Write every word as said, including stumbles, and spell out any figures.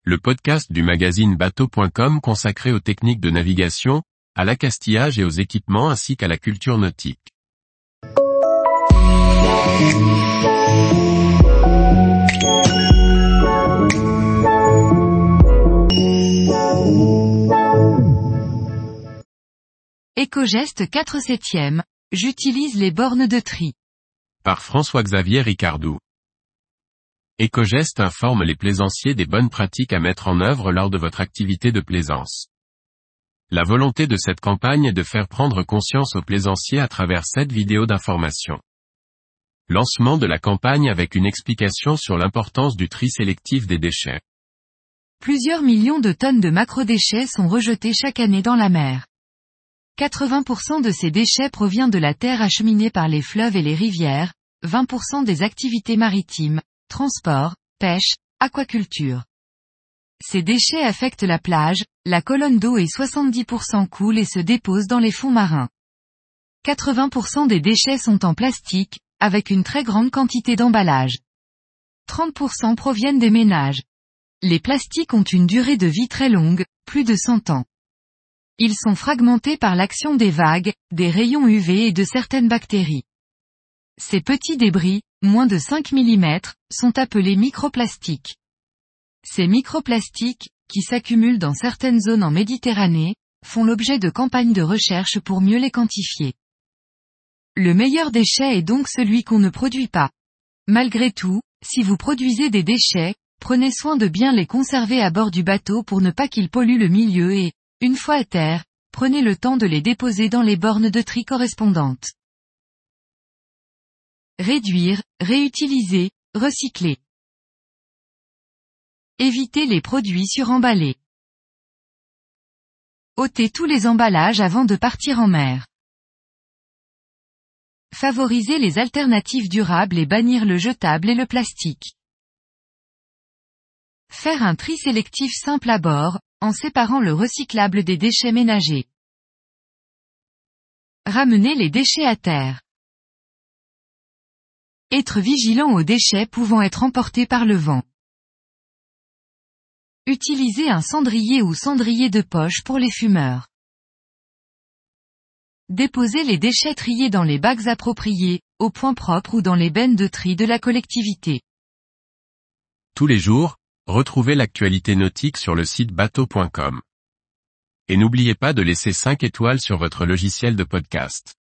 le podcast du magazine bateau point com consacré aux techniques de navigation, à l'accastillage et aux équipements ainsi qu'à la culture nautique. Ecogeste quatre septième, j'utilise les bornes de tri. Par François-Xavier Ricardou. Ecogeste informe les plaisanciers des bonnes pratiques à mettre en œuvre lors de votre activité de plaisance. La volonté de cette campagne est de faire prendre conscience aux plaisanciers à travers sept vidéos d'information. Lancement de la campagne avec une explication sur l'importance du tri sélectif des déchets. Plusieurs millions de tonnes de macrodéchets sont rejetés chaque année dans la mer. quatre-vingts pour cent de ces déchets provient de la terre acheminée par les fleuves et les rivières, vingt pour cent des activités maritimes, transport, pêche, aquaculture. Ces déchets affectent la plage, la colonne d'eau et soixante-dix pour cent coulent et se déposent dans les fonds marins. quatre-vingts pour cent des déchets sont en plastique, avec une très grande quantité d'emballage. trente pour cent proviennent des ménages. Les plastiques ont une durée de vie très longue, plus de cent ans. Ils sont fragmentés par l'action des vagues, des rayons U V et de certaines bactéries. Ces petits débris, moins de cinq millimètres, sont appelés microplastiques. Ces microplastiques, qui s'accumulent dans certaines zones en Méditerranée, font l'objet de campagnes de recherche pour mieux les quantifier. Le meilleur déchet est donc celui qu'on ne produit pas. Malgré tout, si vous produisez des déchets, prenez soin de bien les conserver à bord du bateau pour ne pas qu'ils polluent le milieu et, une fois à terre, prenez le temps de les déposer dans les bornes de tri correspondantes. Réduire, réutiliser, recycler. Évitez les produits suremballés. Ôtez tous les emballages avant de partir en mer. Favorisez les alternatives durables et bannir le jetable et le plastique. Faire un tri sélectif simple à bord, en séparant le recyclable des déchets ménagers. Ramener les déchets à terre. Être vigilant aux déchets pouvant être emportés par le vent. Utiliser un cendrier ou cendrier de poche pour les fumeurs. Déposer les déchets triés dans les bacs appropriés, au point propre ou dans les bennes de tri de la collectivité. Tous les jours, retrouvez l'actualité nautique sur le site bateau point com. Et n'oubliez pas de laisser cinq étoiles sur votre logiciel de podcast.